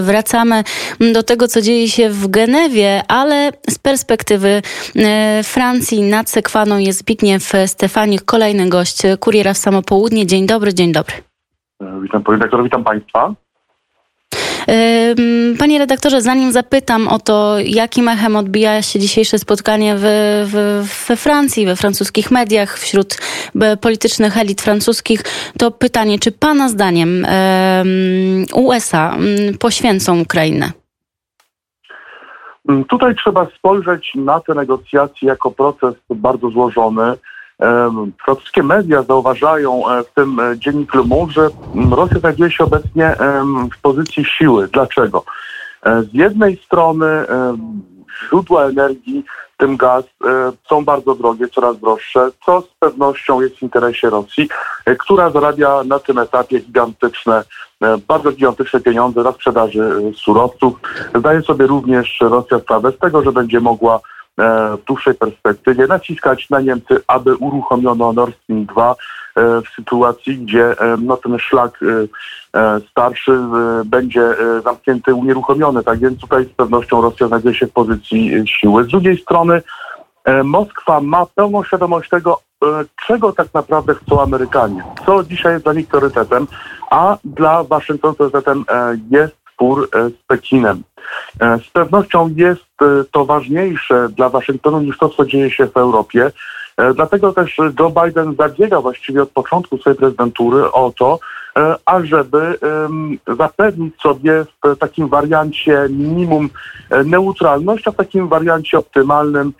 Wracamy do tego, co dzieje się w Genewie, ale z perspektywy Francji nad Sekwaną jest Zbigniew Stefanik, kolejny gość Kuriera w samo południe. Dzień dobry, dzień dobry. Witam panie redaktorze, witam państwa. Panie redaktorze, zanim zapytam o to, jakim echem odbija się dzisiejsze spotkanie we Francji, we francuskich mediach, wśród politycznych elit francuskich, to pytanie, czy pana zdaniem USA poświęcą Ukrainę? Tutaj trzeba spojrzeć na te negocjacje jako proces bardzo złożony. Francuskie media zauważają, w tym dziennik Le Monde, że Rosja znajduje się obecnie w pozycji siły. Dlaczego? Z jednej strony źródła energii, w tym gaz, są bardzo drogie, coraz droższe, co z pewnością jest w interesie Rosji, która zarabia na tym etapie bardzo gigantyczne pieniądze na sprzedaży surowców. Zdaje sobie również Rosja sprawę z tego, że będzie mogła w dłuższej perspektywie naciskać na Niemcy, aby uruchomiono Nord Stream 2 w sytuacji, gdzie ten szlak starszy będzie zamknięty, unieruchomiony. Tak więc tutaj z pewnością Rosja znajduje się w pozycji siły. Z drugiej strony Moskwa ma pełną świadomość tego, czego tak naprawdę chcą Amerykanie. Co dzisiaj jest dla nich priorytetem, a dla Waszyngtonu priorytetem jest spór z Pekinem. Z pewnością jest to ważniejsze dla Waszyngtonu niż to, co dzieje się w Europie. Dlatego też Joe Biden zabiega właściwie od początku swojej prezydentury o to, ażeby zapewnić sobie w takim wariancie minimum neutralność, a w takim wariancie optymalnym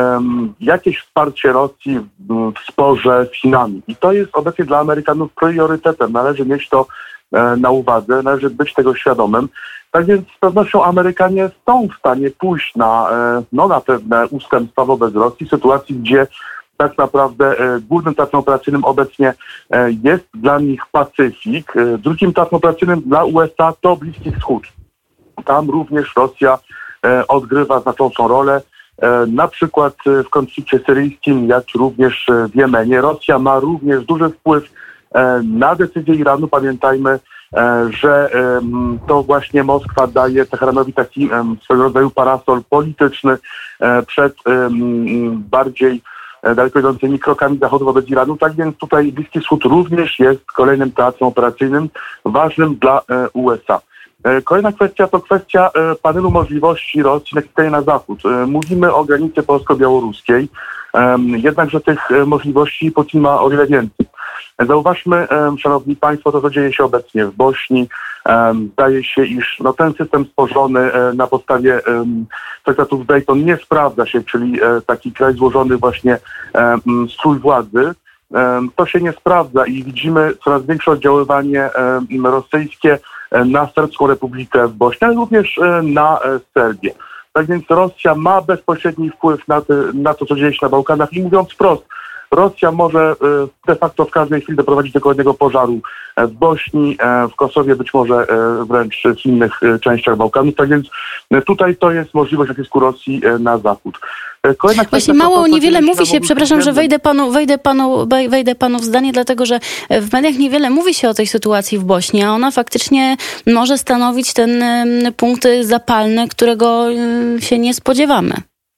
jakieś wsparcie Rosji w sporze z Chinami. I to jest obecnie dla Amerykanów priorytetem. Należy mieć to na uwadze, należy być tego świadomym. Tak więc z pewnością Amerykanie są w stanie pójść na pewne ustępstwa wobec Rosji w sytuacji, gdzie tak naprawdę głównym teatrem operacyjnym obecnie jest dla nich Pacyfik. Drugim teatrem operacyjnym dla USA to Bliski Wschód. Tam również Rosja odgrywa znaczącą rolę. Na przykład w konflikcie syryjskim, jak również w Jemenie. Rosja ma również duży wpływ na decyzję Iranu. Pamiętajmy, że to właśnie Moskwa daje Teheranowi taki swego rodzaju parasol polityczny przed bardziej daleko idącymi krokami Zachodu wobec Iranu. Tak więc tutaj Bliski Wschód również jest kolejnym teatrem operacyjnym ważnym dla USA. Kolejna kwestia to kwestia panelu możliwości Rosji naciskania na Zachód. Mówimy o granicy polsko-białoruskiej, jednakże tych możliwości Putin ma o wiele więcej. Zauważmy, szanowni państwo, to co dzieje się obecnie w Bośni. Zdaje się, iż ten system stworzony na podstawie traktatów Dayton nie sprawdza się, czyli taki kraj złożony właśnie z trójwładzy. To się nie sprawdza i widzimy coraz większe oddziaływanie rosyjskie na Serbską Republikę w Bośni, ale również na Serbię. Tak więc Rosja ma bezpośredni wpływ na to, co dzieje się na Bałkanach i mówiąc wprost, Rosja może de facto w każdej chwili doprowadzić do kolejnego pożaru w Bośni, w Kosowie, być może wręcz w innych częściach Bałkanów. Tak więc tutaj to jest możliwość nacisku Rosji na Zachód. Właśnie mało, niewiele mówi się, przepraszam, że wejdę panu w zdanie, dlatego że w mediach niewiele mówi się o tej sytuacji w Bośni, a ona faktycznie może stanowić ten punkt zapalny, którego się nie spodziewamy.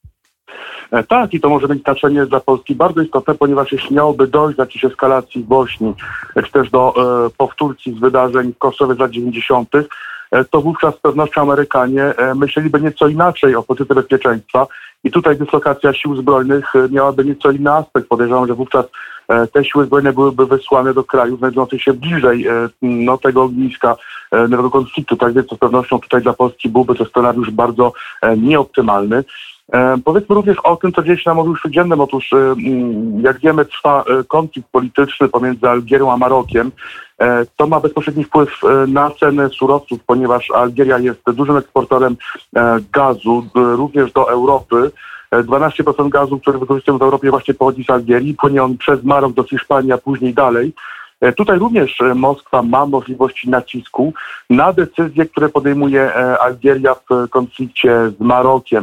Tak, i to może mieć znaczenie dla Polski bardzo istotne, ponieważ jeśli miałoby dojść do jakiejś eskalacji w Bośni, czy też do powtórki z wydarzeń w Kosowie z lat 90., to wówczas z pewnością Amerykanie myśleliby nieco inaczej o polityce bezpieczeństwa i tutaj dyslokacja sił zbrojnych miałaby nieco inny aspekt. Podejrzewam, że wówczas te siły zbrojne byłyby wysłane do krajów znajdujących się bliżej tego ogniska nowego konfliktu. Tak więc z pewnością tutaj dla Polski byłby to scenariusz bardzo nieoptymalny. Powiedzmy również o tym, co dzieje się na Morzu Śródziemnym. Otóż, jak wiemy, trwa konflikt polityczny pomiędzy Algierią a Marokiem. To ma bezpośredni wpływ na ceny surowców, ponieważ Algieria jest dużym eksporterem gazu, również do Europy. 12% gazu, który wykorzystujemy w Europie, właśnie pochodzi z Algierii. Płynie on przez Marok do Hiszpanii, a później dalej. Tutaj również Moskwa ma możliwości nacisku na decyzje, które podejmuje Algieria w konflikcie z Marokiem.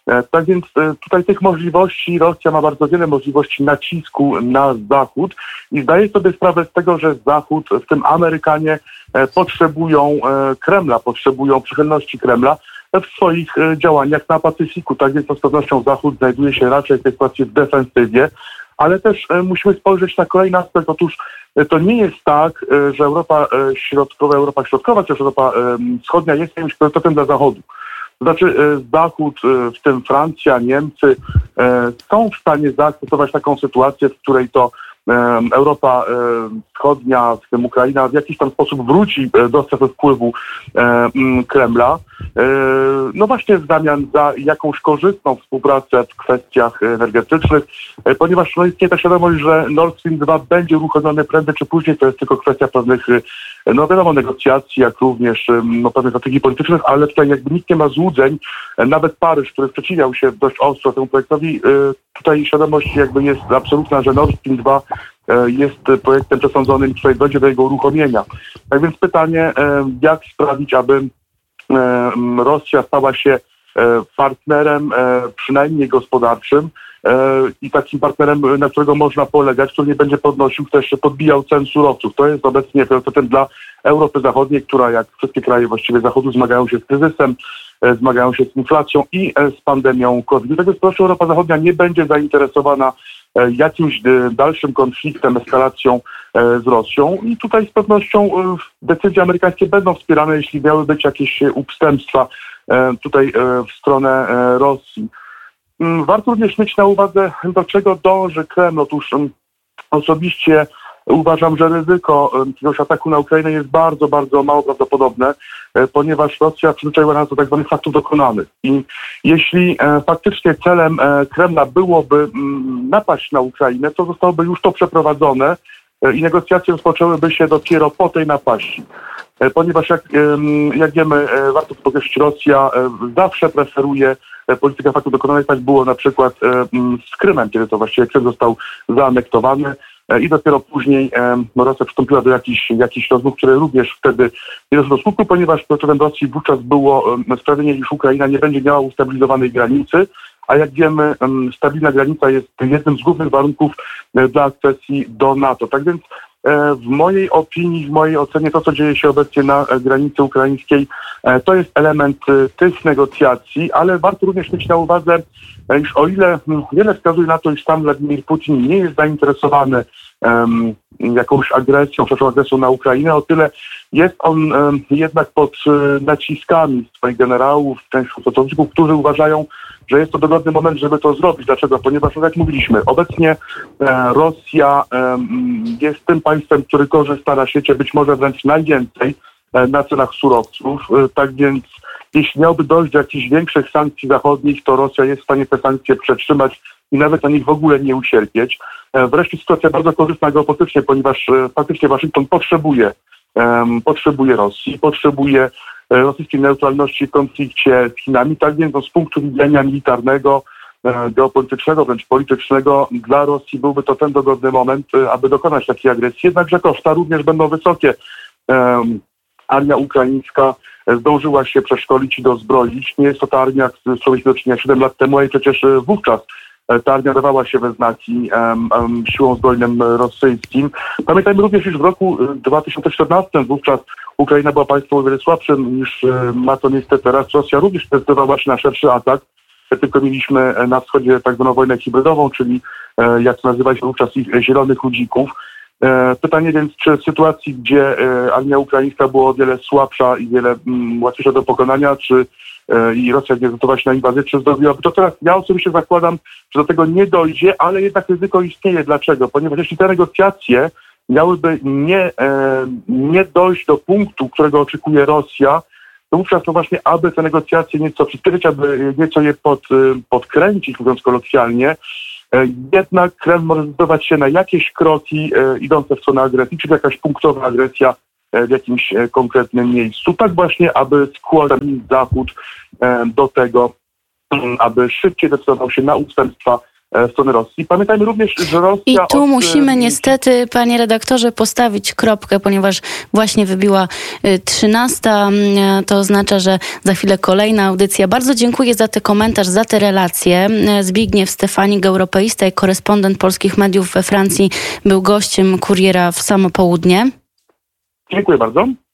Tak więc tutaj tych możliwości, Rosja ma bardzo wiele możliwości nacisku na Zachód i zdaje sobie sprawę z tego, że Zachód, w tym Amerykanie, potrzebują Kremla, potrzebują przychylności Kremla w swoich działaniach na Pacyfiku. Tak więc z pewnością Zachód znajduje się raczej w tej sytuacji w defensywie, ale też musimy spojrzeć na kolejny aspekt. Otóż to nie jest tak, że Europa Środkowa czy Europa Wschodnia jest jakimś priorytetem dla Zachodu. To znaczy Zachód, w tym Francja, Niemcy, są w stanie zaakceptować taką sytuację, w której to Europa Wschodnia, w tym Ukraina, w jakiś tam sposób wróci do strefy wpływu Kremla. No właśnie w zamian za jakąś korzystną współpracę w kwestiach energetycznych, ponieważ istnieje ta świadomość, że Nord Stream 2 będzie uruchomiony prędzej czy później. To jest tylko kwestia pewnych, negocjacji, jak również pewnych strategii politycznych, ale tutaj jakby nikt nie ma złudzeń. Nawet Paryż, który sprzeciwiał się dość ostro temu projektowi, tutaj świadomość jakby jest absolutna, że Nord Stream 2 jest projektem przesądzonym, który dojdzie do jego uruchomienia. Tak więc pytanie, jak sprawić, aby Rosja stała się partnerem przynajmniej gospodarczym i takim partnerem, na którego można polegać, który nie będzie podbijał cen surowców. To jest obecnie priorytetem dla Europy Zachodniej, która jak wszystkie kraje właściwie Zachodu zmagają się z kryzysem, zmagają się z inflacją i z pandemią COVID. Dlatego z pewnością Europa Zachodnia nie będzie zainteresowana jakimś dalszym konfliktem, eskalacją z Rosją i tutaj z pewnością decyzje amerykańskie będą wspierane, jeśli miały być jakieś ustępstwa tutaj w stronę Rosji. Warto również mieć na uwadze, do czego dąży Kreml. Otóż osobiście uważam, że ryzyko jakiegoś ataku na Ukrainę jest bardzo, bardzo mało prawdopodobne, ponieważ Rosja przyzwyczaiła nas do tak zwanych faktów dokonanych. I jeśli faktycznie celem Kremla byłoby napaść na Ukrainę, to zostałoby już to przeprowadzone i negocjacje rozpoczęłyby się dopiero po tej napaści. Ponieważ jak wiemy, warto podkreślić, Rosja zawsze preferuje politykę faktów dokonanych. Tak było na przykład z Krymem, kiedy to właściwie Krym został zaanektowany i dopiero później Rosja przystąpiła do jakichś rozmów, które również wtedy nie doszło do skutku, ponieważ priorytetem Rosji wówczas było sprawienie, iż Ukraina nie będzie miała ustabilizowanej granicy, a jak wiemy, stabilna granica jest jednym z głównych warunków dla akcesji do NATO. Tak więc w mojej opinii, w mojej ocenie to, co dzieje się obecnie na granicy ukraińskiej, to jest element tych negocjacji, ale warto również mieć na uwadze, iż o ile wiele wskazuje na to, iż sam Władimir Putin nie jest zainteresowany jakąś agresją, przeszłą agresją na Ukrainę, o tyle jest on jednak pod naciskami swoich generałów, części sojuszników, którzy uważają, że jest to dogodny moment, żeby to zrobić. Dlaczego? Ponieważ, jak mówiliśmy, obecnie Rosja jest tym państwem, który korzysta na świecie być może wręcz najwięcej na cenach surowców. Tak więc jeśli miałby dojść do jakichś większych sankcji zachodnich, to Rosja jest w stanie te sankcje przetrzymać i nawet na nich w ogóle nie ucierpieć. Wreszcie sytuacja bardzo korzystna geopolitycznie, ponieważ faktycznie Waszyngton potrzebuje Rosji, potrzebuje rosyjskiej neutralności w konflikcie z Chinami. Tak więc z punktu widzenia militarnego, geopolitycznego, wręcz politycznego dla Rosji byłby to ten dogodny moment, aby dokonać takiej agresji. Jednakże koszta również będą wysokie. Armia ukraińska zdążyła się przeszkolić i dozbroić. Nie jest to ta armia, z którą mieliśmy do czynienia 7 lat temu, a i przecież wówczas ta armia dawała się we znaki siłom zbrojnym rosyjskim. Pamiętajmy również, iż w roku 2014 wówczas Ukraina była państwem o wiele słabszym niż ma to miejsce teraz. Rosja również zdecydowała się na szerszy atak. Tylko mieliśmy na wschodzie tak zwaną wojnę hybrydową, czyli jak to nazywaliśmy wówczas ich zielonych ludzików. Pytanie więc, czy w sytuacji, gdzie armia ukraińska była o wiele słabsza i wiele łatwiejsza do pokonania, czy i Rosja nie zdecydowała się na inwazję, czy zrobiłaby to teraz? Ja osobiście zakładam, że do tego nie dojdzie, ale jednak ryzyko istnieje. Dlaczego? Ponieważ jeśli te negocjacje miałyby nie dojść do punktu, którego oczekuje Rosja, to wówczas to właśnie, aby te negocjacje nieco przyspieszyć, aby nieco je podkręcić, mówiąc kolokwialnie, jednak Kreml może zdecydować się na jakieś kroki idące w stronę agresji, czyli jakaś punktowa agresja w jakimś konkretnym miejscu. Tak właśnie, aby skłonić Zachód do tego, aby szybciej decydował się na ustępstwa w stronę Rosji. Pamiętajmy również, że Rosja... I tu musimy niestety, panie redaktorze, postawić kropkę, ponieważ właśnie wybiła 13. To oznacza, że za chwilę kolejna audycja. Bardzo dziękuję za ten komentarz, za te relacje. Zbigniew Stefanik, europeista i korespondent polskich mediów we Francji, był gościem Kuriera w samo południe. Dziękuję bardzo.